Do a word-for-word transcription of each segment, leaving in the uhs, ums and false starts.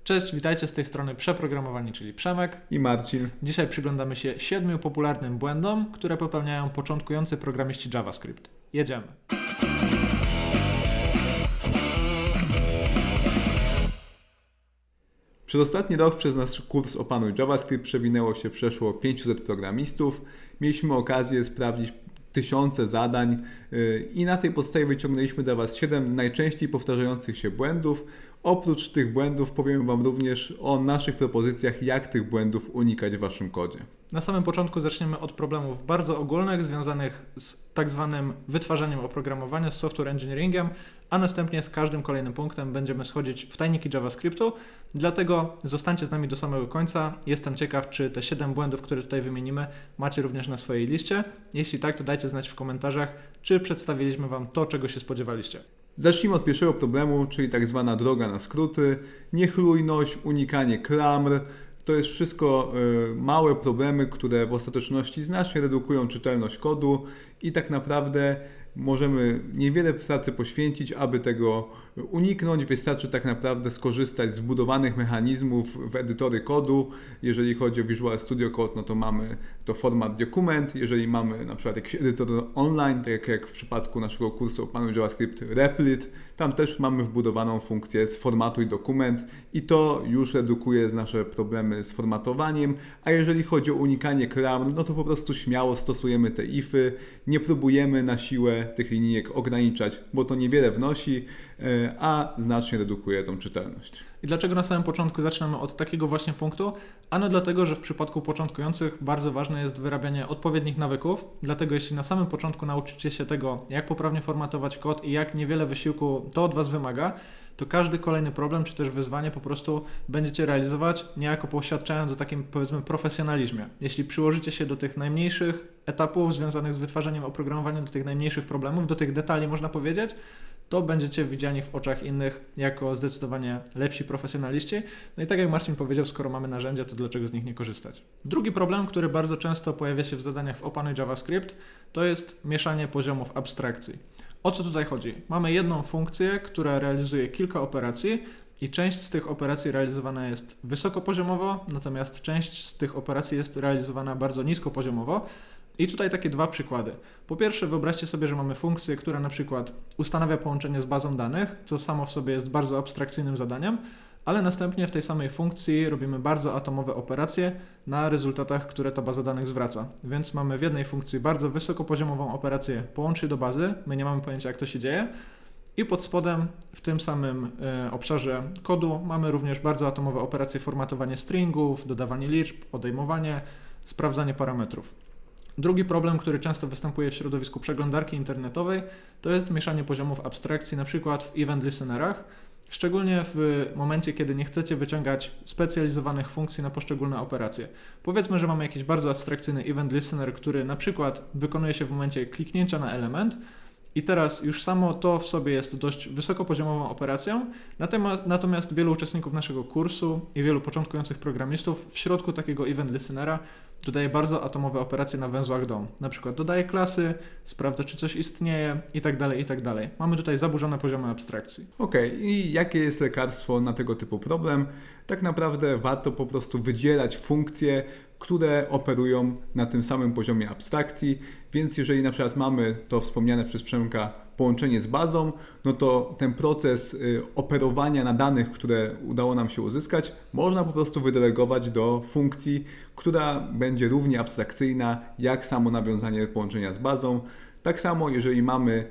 Cześć, witajcie z tej strony Przeprogramowani, czyli Przemek i Marcin. Dzisiaj przyglądamy się siedmiu popularnym błędom, które popełniają początkujący programiści JavaScript. Jedziemy! Przez ostatni rok przez nasz kurs Opanuj JavaScript przewinęło się przeszło pięciuset programistów. Mieliśmy okazję sprawdzić tysiące zadań i na tej podstawie wyciągnęliśmy dla Was siedem najczęściej powtarzających się błędów. Oprócz tych błędów powiem Wam również o naszych propozycjach, jak tych błędów unikać w Waszym kodzie. Na samym początku zaczniemy od problemów bardzo ogólnych, związanych z tak zwanym wytwarzaniem oprogramowania, z software engineeringiem, a następnie z każdym kolejnym punktem będziemy schodzić w tajniki JavaScriptu. Dlatego zostańcie z nami do samego końca. Jestem ciekaw, czy te siedem błędów, które tutaj wymienimy, macie również na swojej liście. Jeśli tak, to dajcie znać w komentarzach, czy przedstawiliśmy Wam to, czego się spodziewaliście. Zacznijmy od pierwszego problemu, czyli tak zwana droga na skróty, niechlujność, unikanie klamr. To jest wszystko y, małe problemy, które w ostateczności znacznie redukują czytelność kodu i tak naprawdę możemy niewiele pracy poświęcić, aby tego uniknąć. Wystarczy tak naprawdę skorzystać z zbudowanych mechanizmów w edytory kodu. Jeżeli chodzi o Visual Studio Code, no to mamy to format dokument. Jeżeli mamy na przykład jakiś edytor online, tak jak w przypadku naszego kursu Opanuj JavaScript Replit, tam też mamy wbudowaną funkcję sformatuj dokument i to już redukuje nasze problemy z formatowaniem. A jeżeli chodzi o unikanie klamr, no to po prostu śmiało stosujemy te ify, nie próbujemy na siłę tych linijek ograniczać, bo to niewiele wnosi, a znacznie redukuje tą czytelność. I dlaczego na samym początku zaczynamy od takiego właśnie punktu? Ano dlatego, że w przypadku początkujących bardzo ważne jest wyrabianie odpowiednich nawyków. Dlatego jeśli na samym początku nauczycie się tego, jak poprawnie formatować kod i jak niewiele wysiłku to od Was wymaga, to każdy kolejny problem czy też wyzwanie po prostu będziecie realizować, niejako poświadczając o takim, powiedzmy, profesjonalizmie. Jeśli przyłożycie się do tych najmniejszych etapów związanych z wytwarzaniem oprogramowania, do tych najmniejszych problemów, do tych detali można powiedzieć, to będziecie widziani w oczach innych jako zdecydowanie lepsi profesjonaliści. No i tak jak Marcin powiedział, skoro mamy narzędzia, to dlaczego z nich nie korzystać? Drugi problem, który bardzo często pojawia się w zadaniach w Opanuj JavaScript, to jest mieszanie poziomów abstrakcji. O co tutaj chodzi? Mamy jedną funkcję, która realizuje kilka operacji i część z tych operacji realizowana jest wysokopoziomowo, natomiast część z tych operacji jest realizowana bardzo niskopoziomowo. I tutaj takie dwa przykłady. Po pierwsze, wyobraźcie sobie, że mamy funkcję, która na przykład ustanawia połączenie z bazą danych, co samo w sobie jest bardzo abstrakcyjnym zadaniem, ale następnie w tej samej funkcji robimy bardzo atomowe operacje na rezultatach, które ta baza danych zwraca. Więc mamy w jednej funkcji bardzo wysokopoziomową operację połącz do bazy, my nie mamy pojęcia, jak to się dzieje, i pod spodem w tym samym y, obszarze kodu mamy również bardzo atomowe operacje formatowanie stringów, dodawanie liczb, odejmowanie, sprawdzanie parametrów. Drugi problem, który często występuje w środowisku przeglądarki internetowej, to jest mieszanie poziomów abstrakcji, na przykład w event listenerach, szczególnie w momencie, kiedy nie chcecie wyciągać specjalizowanych funkcji na poszczególne operacje. Powiedzmy, że mamy jakiś bardzo abstrakcyjny event listener, który na przykład wykonuje się w momencie kliknięcia na element, i teraz już samo to w sobie jest dość wysokopoziomową operacją, natomiast, natomiast wielu uczestników naszego kursu i wielu początkujących programistów w środku takiego event listenera dodaje bardzo atomowe operacje na węzłach D O M. Na przykład dodaje klasy, sprawdza, czy coś istnieje i tak dalej, i tak dalej. Mamy tutaj zaburzone poziomy abstrakcji. Okej, okay. I jakie jest lekarstwo na tego typu problem? Tak naprawdę warto po prostu wydzielać funkcje, które operują na tym samym poziomie abstrakcji, więc jeżeli na przykład mamy to wspomniane przez Przemka połączenie z bazą, no to ten proces operowania na danych, które udało nam się uzyskać, można po prostu wydelegować do funkcji, która będzie równie abstrakcyjna jak samo nawiązanie połączenia z bazą. Tak samo jeżeli mamy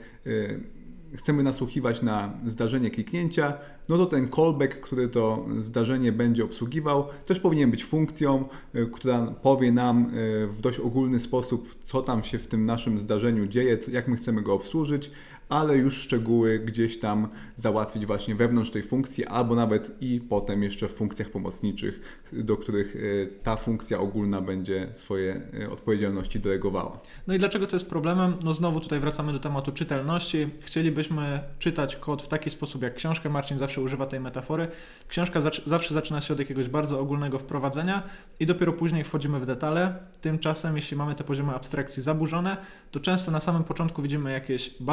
chcemy nasłuchiwać na zdarzenie kliknięcia, no to ten callback, który to zdarzenie będzie obsługiwał, też powinien być funkcją, która powie nam w dość ogólny sposób, co tam się w tym naszym zdarzeniu dzieje, jak my chcemy go obsłużyć, ale już szczegóły gdzieś tam załatwić właśnie wewnątrz tej funkcji, albo nawet i potem jeszcze w funkcjach pomocniczych, do których ta funkcja ogólna będzie swoje odpowiedzialności delegowała. No i dlaczego to jest problemem? No znowu tutaj wracamy do tematu czytelności. Chcielibyśmy czytać kod w taki sposób jak książkę. Marcin zawsze używa tej metafory. Książka zawsze zaczyna się od jakiegoś bardzo ogólnego wprowadzenia i dopiero później wchodzimy w detale. Tymczasem jeśli mamy te poziomy abstrakcji zaburzone, to często na samym początku widzimy jakieś bardzo ogólne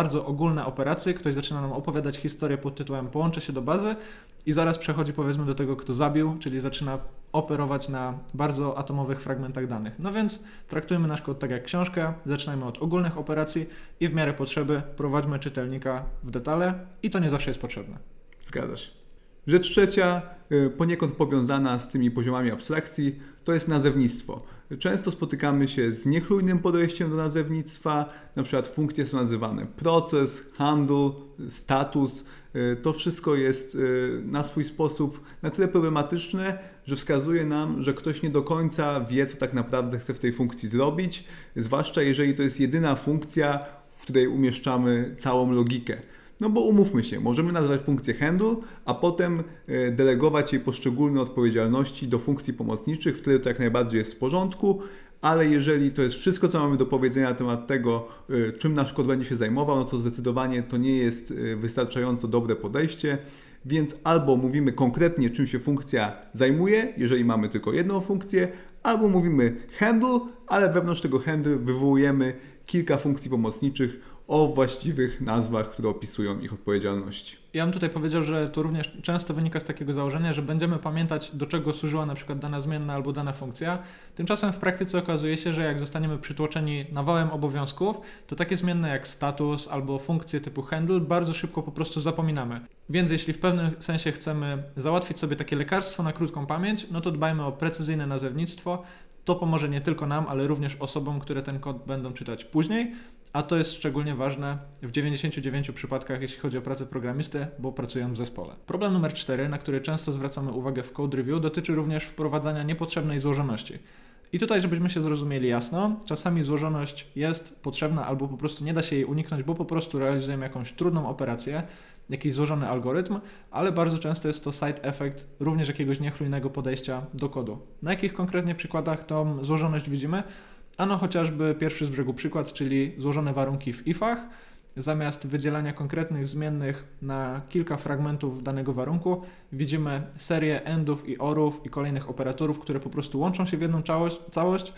ogólne operacje, ktoś zaczyna nam opowiadać historię pod tytułem połączę się do bazy i zaraz przechodzi powiedzmy do tego, kto zabił, czyli zaczyna operować na bardzo atomowych fragmentach danych. No więc traktujmy nasz kod tak jak książkę, zaczynajmy od ogólnych operacji i w miarę potrzeby prowadźmy czytelnika w detale i to nie zawsze jest potrzebne. Zgadza się. Rzecz trzecia, poniekąd powiązana z tymi poziomami abstrakcji, to jest nazewnictwo. Często spotykamy się z niechlujnym podejściem do nazewnictwa, na przykład funkcje są nazywane proces, handle, status. To wszystko jest na swój sposób na tyle problematyczne, że wskazuje nam, że ktoś nie do końca wie, co tak naprawdę chce w tej funkcji zrobić, zwłaszcza jeżeli to jest jedyna funkcja, w której umieszczamy całą logikę. No bo umówmy się, możemy nazwać funkcję handle, a potem delegować jej poszczególne odpowiedzialności do funkcji pomocniczych, wtedy to jak najbardziej jest w porządku, ale jeżeli to jest wszystko, co mamy do powiedzenia na temat tego, czym nasz kod będzie się zajmował, no to zdecydowanie to nie jest wystarczająco dobre podejście, więc albo mówimy konkretnie, czym się funkcja zajmuje, jeżeli mamy tylko jedną funkcję, albo mówimy handle, ale wewnątrz tego handle wywołujemy kilka funkcji pomocniczych o właściwych nazwach, które opisują ich odpowiedzialności. Ja bym tutaj powiedział, że to również często wynika z takiego założenia, że będziemy pamiętać, do czego służyła na przykład dana zmienna albo dana funkcja. Tymczasem w praktyce okazuje się, że jak zostaniemy przytłoczeni nawałem obowiązków, to takie zmienne jak status albo funkcje typu handle bardzo szybko po prostu zapominamy. Więc jeśli w pewnym sensie chcemy załatwić sobie takie lekarstwo na krótką pamięć, no to dbajmy o precyzyjne nazewnictwo. To pomoże nie tylko nam, ale również osobom, które ten kod będą czytać później, a to jest szczególnie ważne w dziewięćdziesięciu dziewięciu przypadkach, jeśli chodzi o pracę programisty, bo pracują w zespole. Problem numer cztery, na który często zwracamy uwagę w code review, dotyczy również wprowadzania niepotrzebnej złożoności. I tutaj, żebyśmy się zrozumieli jasno, czasami złożoność jest potrzebna albo po prostu nie da się jej uniknąć, bo po prostu realizujemy jakąś trudną operację, jakiś złożony algorytm, ale bardzo często jest to side effect również jakiegoś niechlujnego podejścia do kodu. Na jakich konkretnie przykładach tą złożoność widzimy? Ano chociażby pierwszy z brzegu przykład, czyli złożone warunki w ifach. Zamiast wydzielania konkretnych zmiennych na kilka fragmentów danego warunku, widzimy serię endów i orów i kolejnych operatorów, które po prostu łączą się w jedną całość.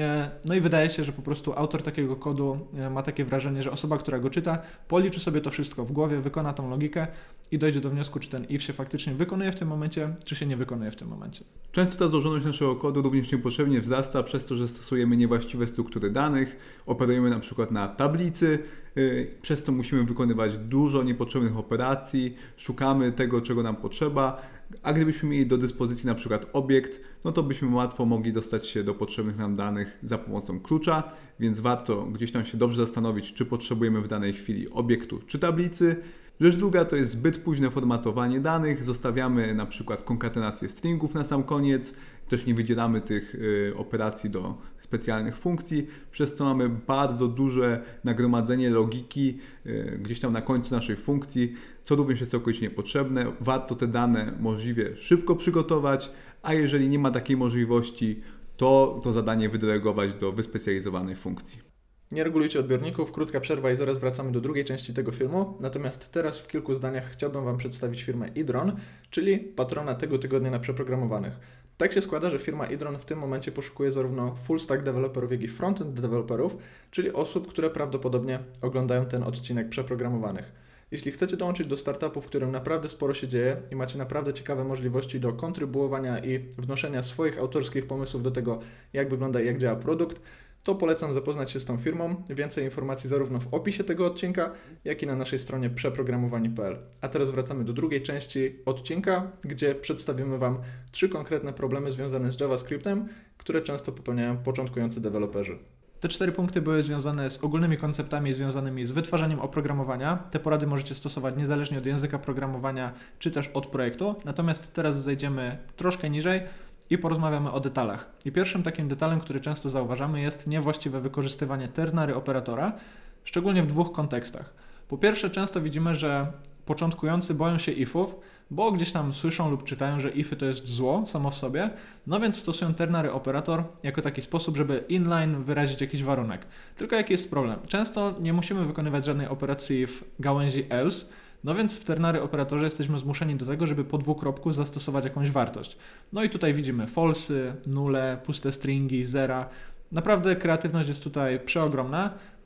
No i wydaje się, że po prostu autor takiego kodu ma takie wrażenie, że osoba, która go czyta, policzy sobie to wszystko w głowie, wykona tą logikę i dojdzie do wniosku, czy ten if się faktycznie wykonuje w tym momencie, czy się nie wykonuje w tym momencie. Często ta złożoność naszego kodu również niepotrzebnie wzrasta przez to, że stosujemy niewłaściwe struktury danych, operujemy na przykład na tablicy, przez to musimy wykonywać dużo niepotrzebnych operacji, szukamy tego, czego nam potrzeba, a gdybyśmy mieli do dyspozycji na przykład obiekt, no to byśmy łatwo mogli dostać się do potrzebnych nam danych za pomocą klucza, więc warto gdzieś tam się dobrze zastanowić, czy potrzebujemy w danej chwili obiektu czy tablicy. Rzecz druga to jest zbyt późne formatowanie danych, zostawiamy na przykład konkatenację stringów na sam koniec, też nie wydzielamy tych y, operacji do specjalnych funkcji, przez co mamy bardzo duże nagromadzenie logiki y, gdzieś tam na końcu naszej funkcji, co również jest całkowicie niepotrzebne. Warto te dane możliwie szybko przygotować, a jeżeli nie ma takiej możliwości, to to zadanie wydelegować do wyspecjalizowanej funkcji. Nie regulujcie odbiorników, krótka przerwa i zaraz wracamy do drugiej części tego filmu. Natomiast teraz w kilku zdaniach chciałbym Wam przedstawić firmę Idron, czyli patrona tego tygodnia na przeprogramowanych. Tak się składa, że firma Idron w tym momencie poszukuje zarówno full stack deweloperów, jak i frontend deweloperów, czyli osób, które prawdopodobnie oglądają ten odcinek przeprogramowanych. Jeśli chcecie dołączyć do startupu, w którym naprawdę sporo się dzieje i macie naprawdę ciekawe możliwości do kontrybuowania i wnoszenia swoich autorskich pomysłów do tego, jak wygląda i jak działa produkt, to polecam zapoznać się z tą firmą. Więcej informacji zarówno w opisie tego odcinka, jak i na naszej stronie przeprogramowani kropka p l. A teraz wracamy do drugiej części odcinka, gdzie przedstawimy Wam trzy konkretne problemy związane z JavaScriptem, które często popełniają początkujący deweloperzy. Te cztery punkty były związane z ogólnymi konceptami związanymi z wytwarzaniem oprogramowania. Te porady możecie stosować niezależnie od języka programowania, czy też od projektu. Natomiast teraz zejdziemy troszkę niżej i porozmawiamy o detalach. I pierwszym takim detalem, który często zauważamy, jest niewłaściwe wykorzystywanie ternary operatora, szczególnie w dwóch kontekstach. Po pierwsze, często widzimy, że początkujący boją się ifów, bo gdzieś tam słyszą lub czytają, że ify to jest zło samo w sobie, no więc stosują ternary operator jako taki sposób, żeby inline wyrazić jakiś warunek. Tylko jaki jest problem? Często nie musimy wykonywać żadnej operacji w gałęzi else, no więc w ternary operatorze jesteśmy zmuszeni do tego, żeby po dwukropku zastosować jakąś wartość. No i tutaj widzimy falsy, nulle, puste stringi, zera. Naprawdę kreatywność jest tutaj przeogromna.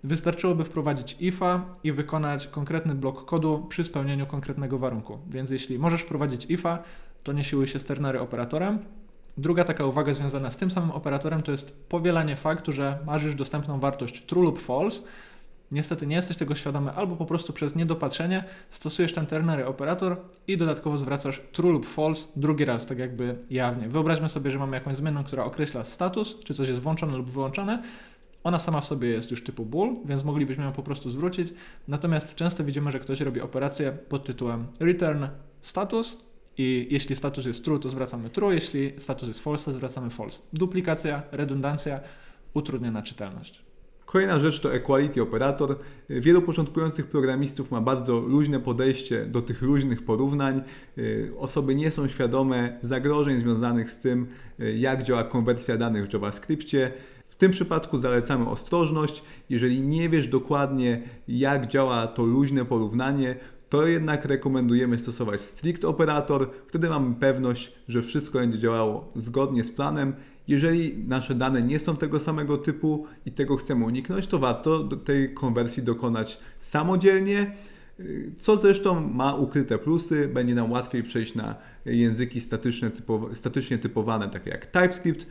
wystarczyłoby wprowadzić ifa i wykonać konkretny blok kodu przy spełnieniu konkretnego warunku. Więc jeśli możesz wprowadzić ifa, to nie siłuj się z ternary operatorem. Druga taka uwaga związana z tym samym operatorem to jest powielanie faktu, że masz już dostępną wartość true lub false. Niestety nie jesteś tego świadomy albo po prostu przez niedopatrzenie stosujesz ten ternary operator i dodatkowo zwracasz true lub false drugi raz, tak jakby jawnie. Wyobraźmy sobie, że mamy jakąś zmienną, która określa status, czy coś jest włączone lub wyłączone. Ona sama w sobie jest już typu bool, więc moglibyśmy ją po prostu zwrócić. Natomiast często widzimy, że ktoś robi operację pod tytułem return status i jeśli status jest true, to zwracamy true, jeśli status jest false, to zwracamy false. Duplikacja, redundancja, utrudniona czytelność. Kolejna rzecz to equality operator. Wielu początkujących programistów ma bardzo luźne podejście do tych luźnych porównań. Osoby nie są świadome zagrożeń związanych z tym, jak działa konwersja danych w JavaScriptie. W tym przypadku zalecamy ostrożność. Jeżeli nie wiesz dokładnie, jak działa to luźne porównanie, to jednak rekomendujemy stosować strict operator. Wtedy mamy pewność, że wszystko będzie działało zgodnie z planem. Jeżeli nasze dane nie są tego samego typu i tego chcemy uniknąć, to warto tej konwersji dokonać samodzielnie, co zresztą ma ukryte plusy. Będzie nam łatwiej przejść na języki statyczne, typowe, statycznie typowane, takie jak TypeScript,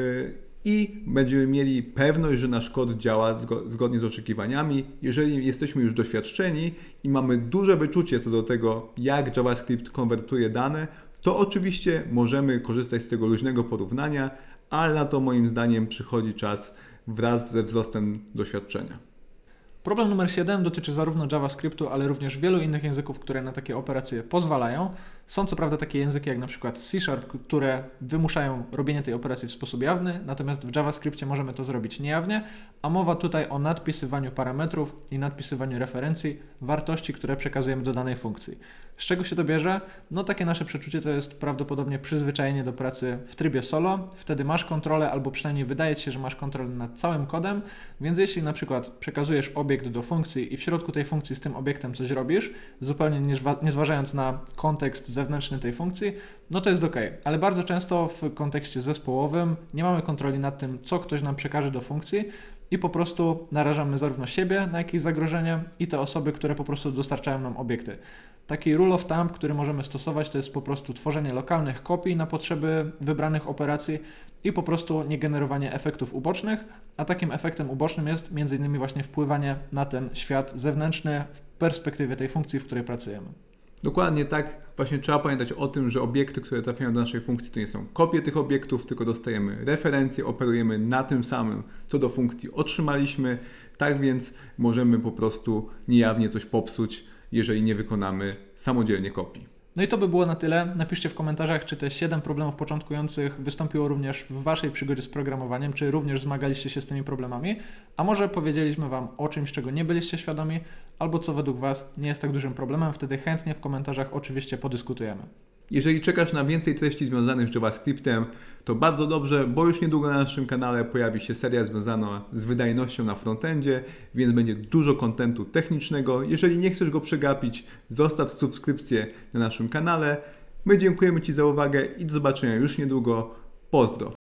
i będziemy mieli pewność, że nasz kod działa zgodnie z oczekiwaniami. Jeżeli jesteśmy już doświadczeni i mamy duże wyczucie co do tego, jak JavaScript konwertuje dane, to oczywiście możemy korzystać z tego luźnego porównania, ale na to moim zdaniem przychodzi czas wraz ze wzrostem doświadczenia. Problem numer siedem dotyczy zarówno JavaScriptu, ale również wielu innych języków, które na takie operacje pozwalają. Są co prawda takie języki jak na przykład C Sharp, które wymuszają robienie tej operacji w sposób jawny, natomiast w JavaScriptie możemy to zrobić niejawnie, a mowa tutaj o nadpisywaniu parametrów i nadpisywaniu referencji, wartości, które przekazujemy do danej funkcji. Z czego się to bierze? No takie nasze przeczucie to jest prawdopodobnie przyzwyczajenie do pracy w trybie solo. Wtedy masz kontrolę, albo przynajmniej wydaje Ci się, że masz kontrolę nad całym kodem, więc jeśli na przykład przekazujesz obiekt do funkcji i w środku tej funkcji z tym obiektem coś robisz, zupełnie nie, nie zważając na kontekst zewnętrzny tej funkcji, no to jest ok. Ale bardzo często w kontekście zespołowym nie mamy kontroli nad tym, co ktoś nam przekaże do funkcji i po prostu narażamy zarówno siebie na jakieś zagrożenie i te osoby, które po prostu dostarczają nam obiekty. Taki rule of thumb, który możemy stosować, to jest po prostu tworzenie lokalnych kopii na potrzeby wybranych operacji i po prostu nie generowanie efektów ubocznych, a takim efektem ubocznym jest między innymi właśnie wpływanie na ten świat zewnętrzny w perspektywie tej funkcji, w której pracujemy. Dokładnie tak. Właśnie trzeba pamiętać o tym, że obiekty, które trafiają do naszej funkcji, to nie są kopie tych obiektów, tylko dostajemy referencje, operujemy na tym samym, co do funkcji otrzymaliśmy. Tak więc możemy po prostu niejawnie coś popsuć, jeżeli nie wykonamy samodzielnie kopii. No i to by było na tyle. Napiszcie w komentarzach, czy te siedem problemów początkujących wystąpiło również w Waszej przygodzie z programowaniem, czy również zmagaliście się z tymi problemami, a może powiedzieliśmy Wam o czymś, czego nie byliście świadomi, albo co według Was nie jest tak dużym problemem, wtedy chętnie w komentarzach oczywiście podyskutujemy. Jeżeli czekasz na więcej treści związanych z JavaScriptem, to bardzo dobrze, bo już niedługo na naszym kanale pojawi się seria związana z wydajnością na frontendzie, więc będzie dużo kontentu technicznego. Jeżeli nie chcesz go przegapić, zostaw subskrypcję na naszym kanale. My dziękujemy Ci za uwagę i do zobaczenia już niedługo. Pozdro!